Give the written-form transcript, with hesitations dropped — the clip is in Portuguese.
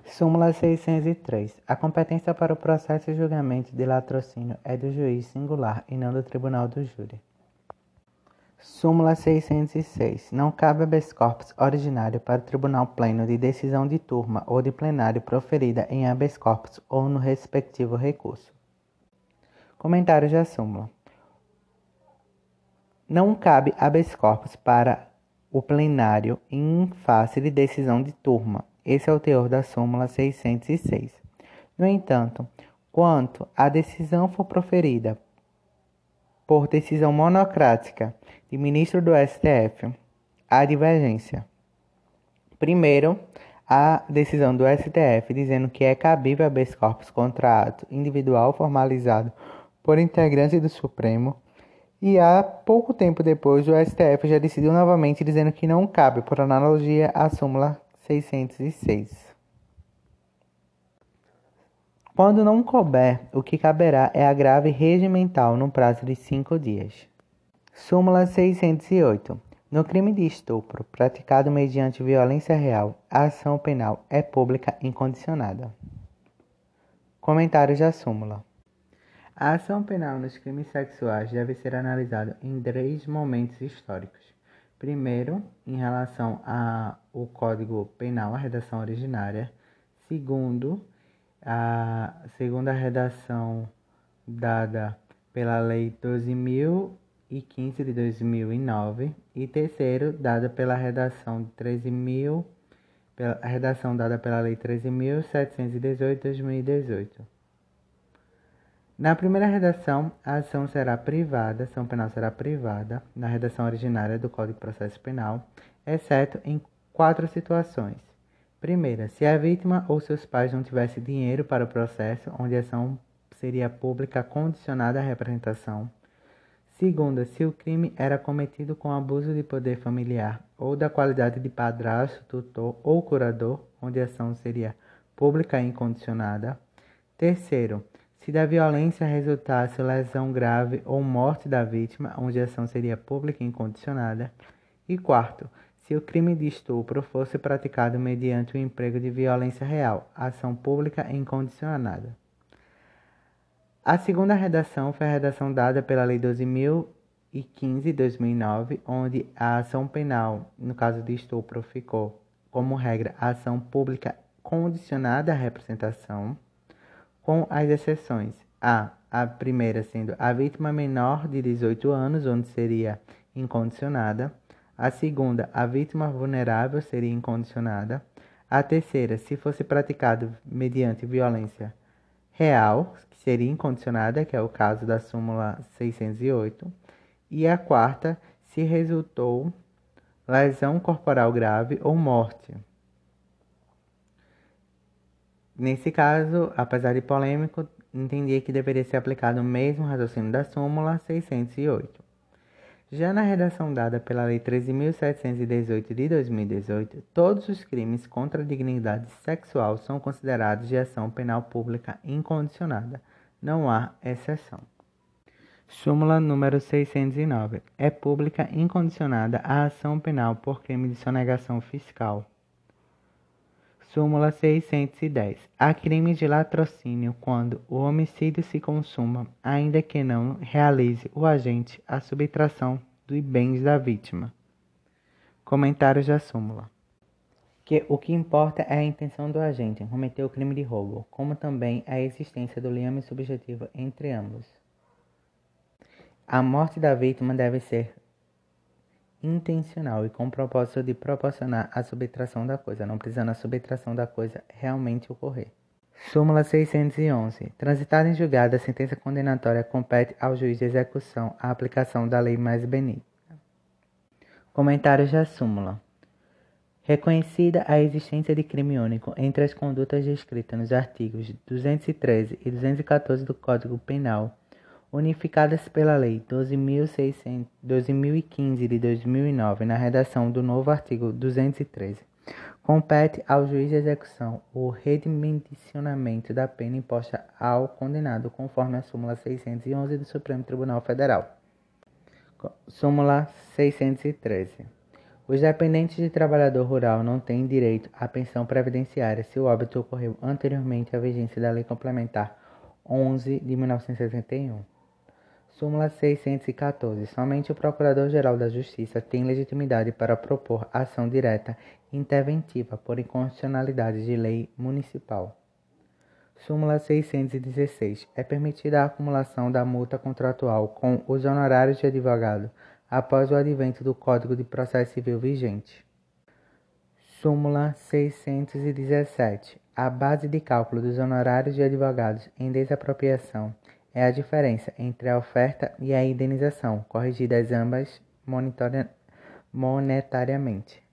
Súmula 603. A competência para o processo e julgamento de latrocínio é do juiz singular e não do tribunal do júri. Súmula 606. Não cabe habeas corpus originário para o tribunal pleno de decisão de turma ou de plenário proferida em habeas corpus ou no respectivo recurso. Comentários da súmula. Não cabe habeas corpus para o plenário em face de decisão de turma. Esse é o teor da súmula 606. No entanto, quanto a decisão for proferida por decisão monocrática de ministro do STF, há divergência. Primeiro, a decisão do STF dizendo que é cabível habeas corpus contra ato individual formalizado por integrante do Supremo, e há pouco tempo depois o STF já decidiu novamente dizendo que não cabe, por analogia, à súmula 606. Quando não couber, o que caberá é agravo regimental no prazo de 5 dias. Súmula 608. No crime de estupro praticado mediante violência real, a ação penal é pública incondicionada. Comentários da súmula. A ação penal nos crimes sexuais deve ser analisada em 3 momentos históricos. Primeiro, em relação ao Código Penal, a redação originária. Segundo, a redação dada pela Lei 12.015 de 2009. E terceiro, dada pela redação dada pela Lei 13.718 de 2018. Na primeira redação, a ação penal será privada, na redação originária do Código de Processo Penal, exceto em 4 situações. Primeira, se a vítima ou seus pais não tivessem dinheiro para o processo, onde a ação seria pública condicionada à representação. Segunda, se o crime era cometido com abuso de poder familiar ou da qualidade de padrasto, tutor ou curador, onde a ação seria pública e incondicionada. Terceiro, se da violência resultasse lesão grave ou morte da vítima, onde a ação seria pública e incondicionada. E quarto, se o crime de estupro fosse praticado mediante o emprego de violência real, ação pública e incondicionada. A segunda redação foi a redação dada pela Lei 12.015 de 2009, onde a ação penal, no caso de estupro, ficou, como regra, a ação pública condicionada à representação, com as exceções. A primeira sendo a vítima menor de 18 anos, onde seria incondicionada. A segunda, a vítima vulnerável, seria incondicionada. A terceira, se fosse praticado mediante violência real, que seria incondicionada, que é o caso da súmula 608. E a quarta, se resultou lesão corporal grave ou morte. Nesse caso, apesar de polêmico, entendi que deveria ser aplicado o mesmo raciocínio da súmula 608. Já na redação dada pela Lei 13.718 de 2018, todos os crimes contra a dignidade sexual são considerados de ação penal pública incondicionada. Não há exceção. Súmula número 609. É pública incondicionada a ação penal por crime de sonegação fiscal. Súmula 610. Há crimes de latrocínio quando o homicídio se consuma, ainda que não realize o agente a subtração dos bens da vítima. Comentários da súmula. O que importa é a intenção do agente em cometer o crime de roubo, como também a existência do liame subjetivo entre ambos. A morte da vítima deve ser intencional e com o propósito de proporcionar a subtração da coisa, não precisando a subtração da coisa realmente ocorrer. Súmula 611. Transitada em julgado, a sentença condenatória compete ao juiz de execução a aplicação da lei mais benigna. Comentários da súmula. Reconhecida a existência de crime único entre as condutas descritas nos artigos 213 e 214 do Código Penal, unificadas pela Lei 12.015 de 2009 na redação do novo artigo 213, compete ao juiz de execução o redimensionamento da pena imposta ao condenado, conforme a súmula 611 do Supremo Tribunal Federal. Súmula 613. Os dependentes de trabalhador rural não têm direito à pensão previdenciária se o óbito ocorreu anteriormente à vigência da Lei Complementar 11 de 1961. Súmula 614. Somente o Procurador-Geral da Justiça tem legitimidade para propor ação direta interventiva por inconstitucionalidade de lei municipal. Súmula 616. É permitida a acumulação da multa contratual com os honorários de advogado após o advento do Código de Processo Civil vigente. Súmula 617. A base de cálculo dos honorários de advogados em desapropriação é a diferença entre a oferta e a indenização, corrigidas ambas monetariamente.